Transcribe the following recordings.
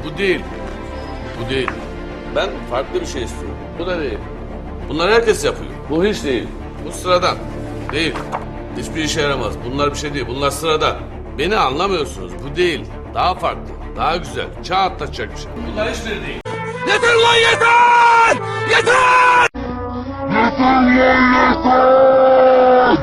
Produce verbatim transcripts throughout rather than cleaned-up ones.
Bu değil. Bu değil. Ben farklı bir şey istiyorum. Bu da değil. Bunlar herkes yapıyor. Bu hiç değil. Bu sıradan. Değil. Hiçbir işe yaramaz. Bunlar bir şey değil. Bunlar sıradan. Beni anlamıyorsunuz. Bu değil. Daha farklı. Daha güzel. Çağ atlatacak bir şey. Bunlar hiçbiri değil. Yeter lan yeter! Yeter! Yeter lan yeter!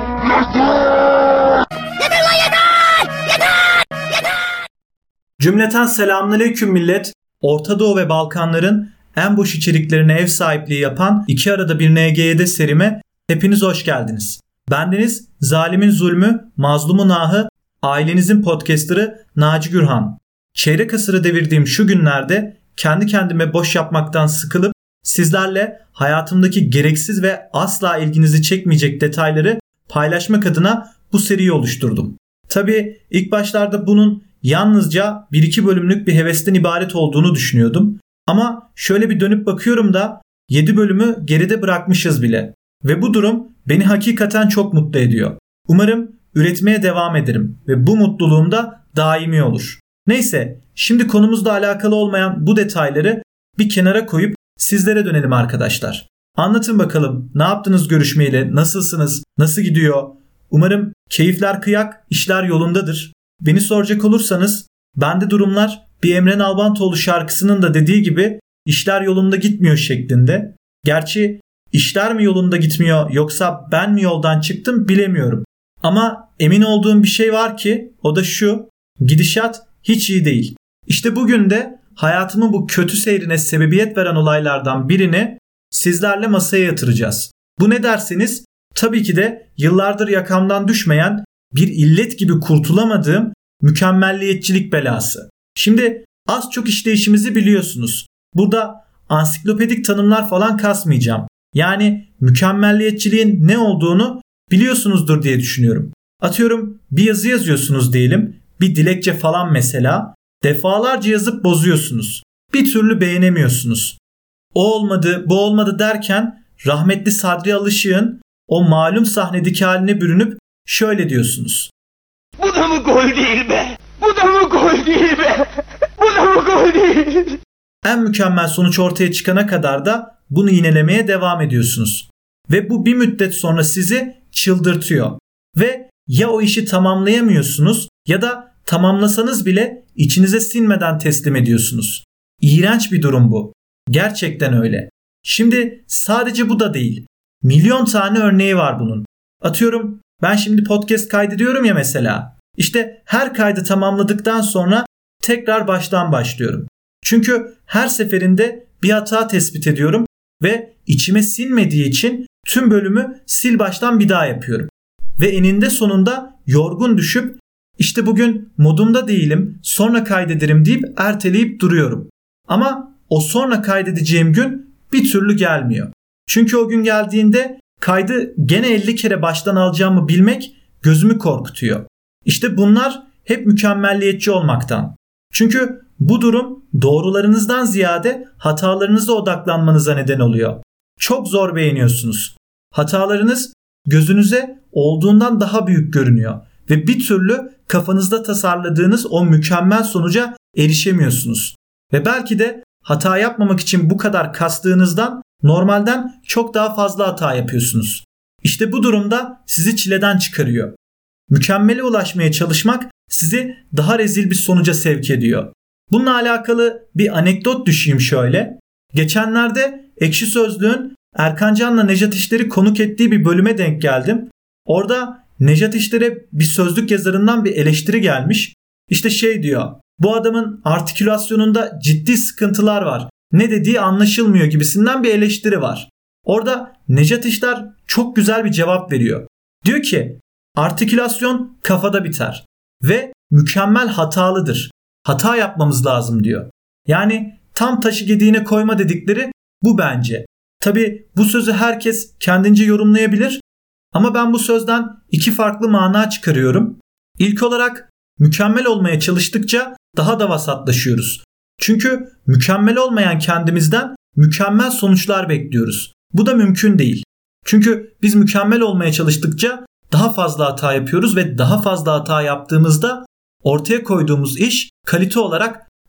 Yeter! Yeter lan yeter! Yeter! Yeter! Cümleten selamünaleyküm millet. Orta Doğu ve Balkanların en boş içeriklerine ev sahipliği yapan iki arada bir N G Y D serime hepiniz hoş geldiniz. Bendeniz zalimin zulmü, mazlumun ahı, ailenizin podcasterı Naci Gürhan. Çeyrek asırı devirdiğim şu günlerde kendi kendime boş yapmaktan sıkılıp sizlerle hayatımdaki gereksiz ve asla ilginizi çekmeyecek detayları paylaşmak adına bu seriyi oluşturdum. Tabii ilk başlarda bunun yalnızca bir iki bölümlük bir hevesten ibaret olduğunu düşünüyordum. Ama şöyle bir dönüp bakıyorum da yedi bölümü geride bırakmışız bile. Ve bu durum beni hakikaten çok mutlu ediyor. Umarım üretmeye devam ederim ve bu mutluluğum da daimi olur. Neyse, şimdi konumuzla alakalı olmayan bu detayları bir kenara koyup sizlere dönelim arkadaşlar. Anlatın bakalım, ne yaptınız görüşmeyle, nasılsınız, nasıl gidiyor? Umarım keyifler kıyak, işler yolundadır. Beni soracak olursanız bende durumlar bir Emre Nalbantoğlu şarkısının da dediği gibi işler yolunda gitmiyor şeklinde. Gerçi işler mi yolunda gitmiyor yoksa ben mi yoldan çıktım bilemiyorum. Ama emin olduğum bir şey var ki o da şu: gidişat hiç iyi değil. İşte bugün de hayatımın bu kötü seyrine sebebiyet veren olaylardan birini sizlerle masaya yatıracağız. Bu ne derseniz tabii ki de yıllardır yakamdan düşmeyen, bir illet gibi kurtulamadığım mükemmelliyetçilik belası. Şimdi az çok işleyişimizi biliyorsunuz. Burada ansiklopedik tanımlar falan kasmayacağım. Yani mükemmelliyetçiliğin ne olduğunu biliyorsunuzdur diye düşünüyorum. Atıyorum bir yazı yazıyorsunuz diyelim, bir dilekçe falan mesela. Defalarca yazıp bozuyorsunuz. Bir türlü beğenemiyorsunuz. O olmadı, bu olmadı derken rahmetli Sadri Alışık'ın o malum sahnedeki haline bürünüp şöyle diyorsunuz: Bu da mı gol değil be? Bu da mı gol değil be? Bu da mı gol değil? En mükemmel sonuç ortaya çıkana kadar da bunu yinelemeye devam ediyorsunuz. Ve bu bir müddet sonra sizi çıldırtıyor. Ve ya o işi tamamlayamıyorsunuz ya da tamamlasanız bile içinize sinmeden teslim ediyorsunuz. İğrenç bir durum bu. Gerçekten öyle. Şimdi sadece bu da değil. Milyon tane örneği var bunun. Atıyorum ben şimdi podcast kaydediyorum ya mesela. İşte her kaydı tamamladıktan sonra tekrar baştan başlıyorum. Çünkü her seferinde bir hata tespit ediyorum ve içime sinmediği için tüm bölümü sil baştan bir daha yapıyorum. Ve eninde sonunda yorgun düşüp işte bugün modumda değilim, sonra kaydederim deyip erteleyip duruyorum. Ama o sonra kaydedeceğim gün bir türlü gelmiyor. Çünkü o gün geldiğinde kaydı gene elli kere baştan alacağımı bilmek gözümü korkutuyor. İşte bunlar hep mükemmelliyetçi olmaktan. Çünkü bu durum doğrularınızdan ziyade hatalarınıza odaklanmanıza neden oluyor. Çok zor beğeniyorsunuz. Hatalarınız gözünüze olduğundan daha büyük görünüyor ve bir türlü kafanızda tasarladığınız o mükemmel sonuca erişemiyorsunuz. Ve belki de hata yapmamak için bu kadar kastığınızdan normalden çok daha fazla hata yapıyorsunuz. İşte bu durumda sizi çileden çıkarıyor. Mükemmele ulaşmaya çalışmak sizi daha rezil bir sonuca sevk ediyor. Bununla alakalı bir anekdot düşeyim şöyle. Geçenlerde Ekşi Sözlüğün Erkan Can'la Nejat İşler'i konuk ettiği bir bölüme denk geldim. Orada Nejat İşler'e bir sözlük yazarından bir eleştiri gelmiş. İşte şey diyor: bu adamın artikülasyonunda ciddi sıkıntılar var, ne dediği anlaşılmıyor gibisinden bir eleştiri var. Orada Nejat İşler çok güzel bir cevap veriyor. Diyor ki artikülasyon kafada biter ve mükemmel hatalıdır. Hata yapmamız lazım diyor. Yani tam taşı gediğine koyma dedikleri bu bence. Tabi bu sözü herkes kendince yorumlayabilir ama ben bu sözden iki farklı mana çıkarıyorum. İlk olarak mükemmel olmaya çalıştıkça daha da vasatlaşıyoruz. Çünkü mükemmel olmayan kendimizden mükemmel sonuçlar bekliyoruz. Bu da mümkün değil. Çünkü biz mükemmel olmaya çalıştıkça daha fazla hata yapıyoruz ve daha fazla hata yaptığımızda ortaya koyduğumuz iş kalite olarak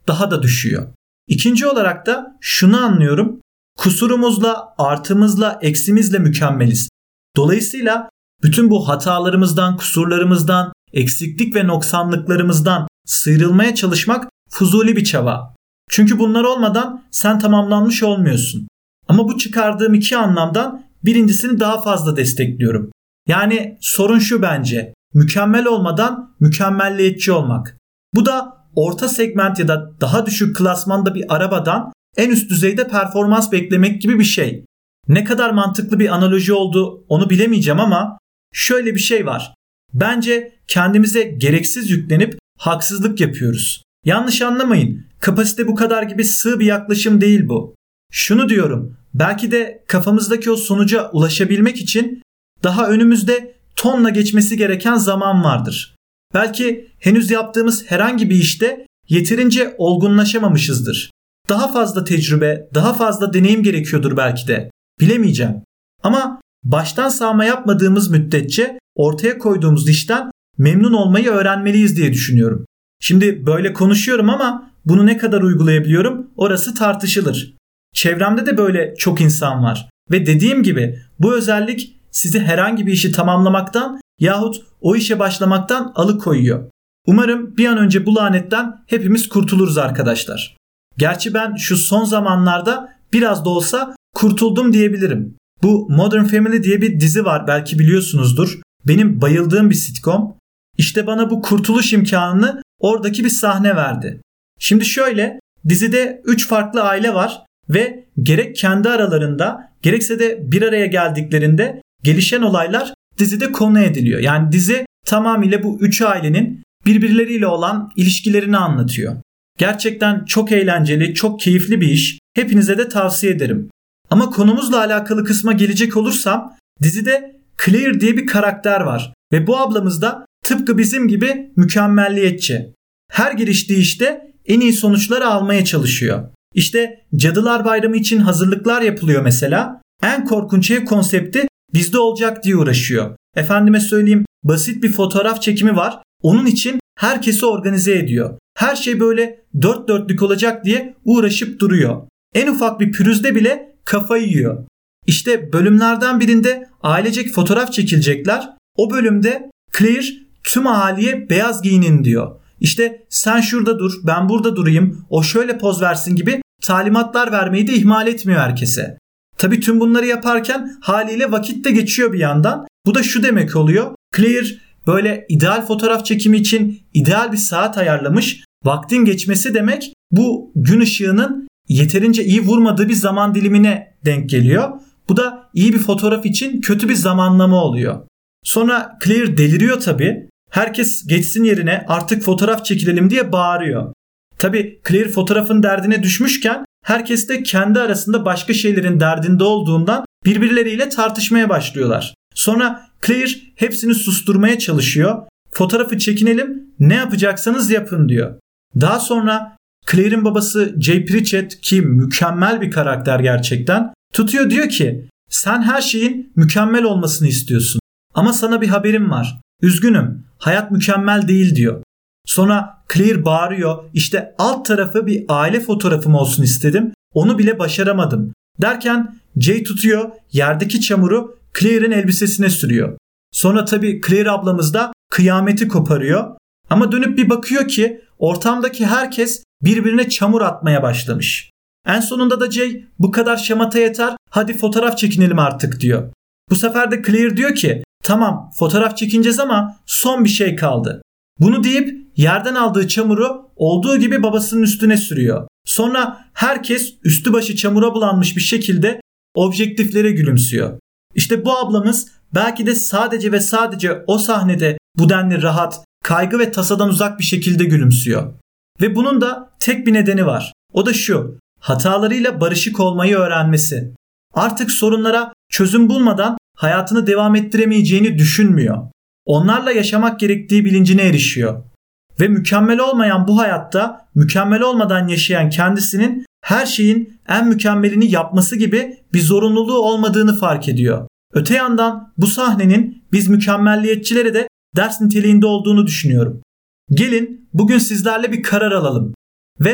daha da düşüyor. İkinci olarak da şunu anlıyorum. Kusurumuzla, artımızla, eksimizle mükemmeliz. Dolayısıyla bütün bu hatalarımızdan, kusurlarımızdan, eksiklik ve noksanlıklarımızdan sıyrılmaya çalışmak fuzuli bir çaba. Çünkü bunlar olmadan sen tamamlanmış olmuyorsun. Ama bu çıkardığım iki anlamdan birincisini daha fazla destekliyorum. Yani sorun şu bence. Mükemmel olmadan mükemmelliyetçi olmak. Bu da orta segment ya da daha düşük klasmanda bir arabadan en üst düzeyde performans beklemek gibi bir şey. Ne kadar mantıklı bir analoji oldu onu bilemeyeceğim ama şöyle bir şey var. Bence kendimize gereksiz yüklenip haksızlık yapıyoruz. Yanlış anlamayın. Kapasite bu kadar gibi sığ bir yaklaşım değil bu. Şunu diyorum. Belki de kafamızdaki o sonuca ulaşabilmek için daha önümüzde tonla geçmesi gereken zaman vardır. Belki henüz yaptığımız herhangi bir işte yeterince olgunlaşamamışızdır. Daha fazla tecrübe, daha fazla deneyim gerekiyordur belki de. Bilemeyeceğim. Ama baştan sağma yapmadığımız müddetçe ortaya koyduğumuz işten memnun olmayı öğrenmeliyiz diye düşünüyorum. Şimdi böyle konuşuyorum ama bunu ne kadar uygulayabiliyorum orası tartışılır. Çevremde de böyle çok insan var. Ve dediğim gibi bu özellik sizi herhangi bir işi tamamlamaktan yahut o işe başlamaktan alıkoyuyor. Umarım bir an önce bu lanetten hepimiz kurtuluruz arkadaşlar. Gerçi ben şu son zamanlarda biraz da olsa kurtuldum diyebilirim. Bu Modern Family diye bir dizi var, belki biliyorsunuzdur. Benim bayıldığım bir sitcom. İşte bana bu kurtuluş imkanını oradaki bir sahne verdi. Şimdi şöyle, dizide üç farklı aile var ve gerek kendi aralarında gerekse de bir araya geldiklerinde gelişen olaylar dizide konu ediliyor. Yani dizi tamamıyla bu üç ailenin birbirleriyle olan ilişkilerini anlatıyor. Gerçekten çok eğlenceli, çok keyifli bir iş. Hepinize de tavsiye ederim. Ama konumuzla alakalı kısma gelecek olursam dizide Claire diye bir karakter var. Ve bu ablamız da tıpkı bizim gibi mükemmelliyetçi. Her giriştiği işte en iyi sonuçları almaya çalışıyor. İşte Cadılar Bayramı için hazırlıklar yapılıyor mesela. En korkunç ev konsepti bizde olacak diye uğraşıyor. Efendime söyleyeyim, basit bir fotoğraf çekimi var. Onun için herkesi organize ediyor. Her şey böyle dört dörtlük olacak diye uğraşıp duruyor. En ufak bir pürüzde bile kafayı yiyor. İşte bölümlerden birinde ailecek fotoğraf çekilecekler. O bölümde Claire tüm ahaliye beyaz giyinin diyor. İşte sen şurada dur, ben burada durayım, o şöyle poz versin gibi talimatlar vermeyi de ihmal etmiyor herkese. Tabii tüm bunları yaparken haliyle vakit de geçiyor bir yandan. Bu da şu demek oluyor. Claire böyle ideal fotoğraf çekimi için ideal bir saat ayarlamış. Vaktin geçmesi demek bu gün ışığının yeterince iyi vurmadığı bir zaman dilimine denk geliyor. Bu da iyi bir fotoğraf için kötü bir zamanlama oluyor. Sonra Claire deliriyor tabii. Herkes geçsin yerine artık fotoğraf çekilelim diye bağırıyor. Tabii Claire fotoğrafın derdine düşmüşken herkes de kendi arasında başka şeylerin derdinde olduğundan birbirleriyle tartışmaya başlıyorlar. Sonra Claire hepsini susturmaya çalışıyor. Fotoğrafı çekinelim, ne yapacaksanız yapın diyor. Daha sonra Claire'in babası Jay Pritchett, ki mükemmel bir karakter gerçekten, tutuyor diyor ki sen her şeyin mükemmel olmasını istiyorsun. Ama sana bir haberim var. Üzgünüm, hayat mükemmel değil diyor. Sonra Claire bağırıyor, işte alt tarafı bir aile fotoğrafım olsun istedim, onu bile başaramadım. Derken Jay tutuyor, yerdeki çamuru Claire'in elbisesine sürüyor. Sonra tabii Claire ablamız da kıyameti koparıyor. Ama dönüp bir bakıyor ki ortamdaki herkes birbirine çamur atmaya başlamış. En sonunda da Jay bu kadar şamata yeter, hadi fotoğraf çekinelim artık diyor. Bu sefer de Claire diyor ki tamam fotoğraf çekineceğiz ama son bir şey kaldı. Bunu deyip yerden aldığı çamuru olduğu gibi babasının üstüne sürüyor. Sonra herkes üstü başı çamura bulanmış bir şekilde objektiflere gülümsüyor. İşte bu ablamız belki de sadece ve sadece o sahnede bu denli rahat, kaygı ve tasadan uzak bir şekilde gülümsüyor. Ve bunun da tek bir nedeni var. O da şu: hatalarıyla barışık olmayı öğrenmesi. Artık sorunlara çözüm bulmadan hayatını devam ettiremeyeceğini düşünmüyor. Onlarla yaşamak gerektiği bilincine erişiyor. Ve mükemmel olmayan bu hayatta mükemmel olmadan yaşayan kendisinin her şeyin en mükemmelini yapması gibi bir zorunluluğu olmadığını fark ediyor. Öte yandan bu sahnenin biz mükemmelliyetçilere de ders niteliğinde olduğunu düşünüyorum. Gelin bugün sizlerle bir karar alalım ve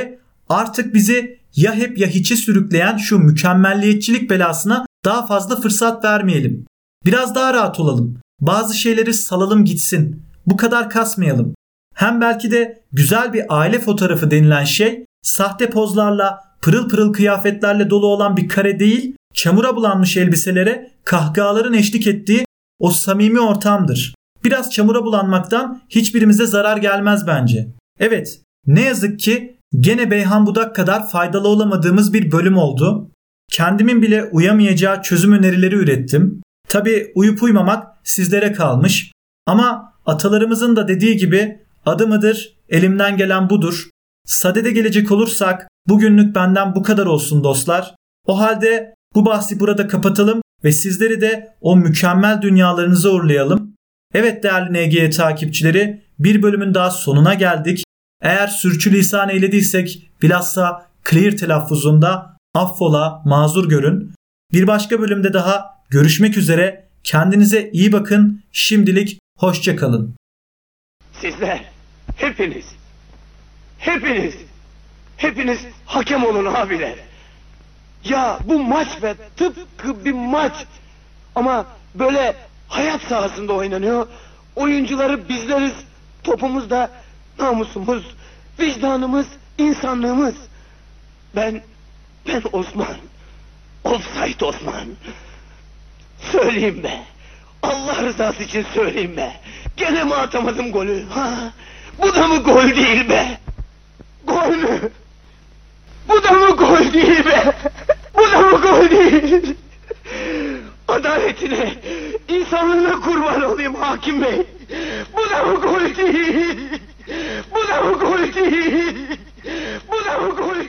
artık bizi ya hep ya hiçe sürükleyen şu mükemmelliyetçilik belasına daha fazla fırsat vermeyelim. Biraz daha rahat olalım. Bazı şeyleri salalım gitsin. Bu kadar kasmayalım. Hem belki de güzel bir aile fotoğrafı denilen şey sahte pozlarla, pırıl pırıl kıyafetlerle dolu olan bir kare değil, çamura bulanmış elbiselere kahkahaların eşlik ettiği o samimi ortamdır. Biraz çamura bulanmaktan hiçbirimize zarar gelmez bence. Evet, ne yazık ki gene Beyhan Budak kadar faydalı olamadığımız bir bölüm oldu. Kendimin bile uyamayacağı çözüm önerileri ürettim. Tabii uyup uymamak sizlere kalmış. Ama atalarımızın da dediği gibi adı mıdır, elimden gelen budur. Sadede gelecek olursak bugünlük benden bu kadar olsun dostlar. O halde bu bahsi burada kapatalım ve sizleri de o mükemmel dünyalarınıza uğurlayalım. Evet değerli N G E takipçileri, bir bölümün daha sonuna geldik. Eğer sürçülisan eylediysek bilhassa clear telaffuzunda affola, mazur görün. Bir başka bölümde daha görüşmek üzere. Kendinize iyi bakın. Şimdilik hoşça kalın. Sizler hepiniz, hepiniz, hepiniz hakem olun abiler. Ya bu maç be tıpkı bir maç. Ama böyle hayat sahasında oynanıyor. Oyuncuları bizleriz. Topumuz da namusumuz, vicdanımız, insanlığımız. Ben, ben Osman. Offside Osman. Söyleyeyim be. Allah rızası için söyleyeyim be. Gene mi atamadım golü? Ha? Bu da mı gol değil be? Gol mü? Bu da mı gol değil be? Bu da mı gol değil? Adaletine, insanlığına kurban olayım hakim bey. Bu da mı gol değil? Bu da mı gol değil? Bu da mı gol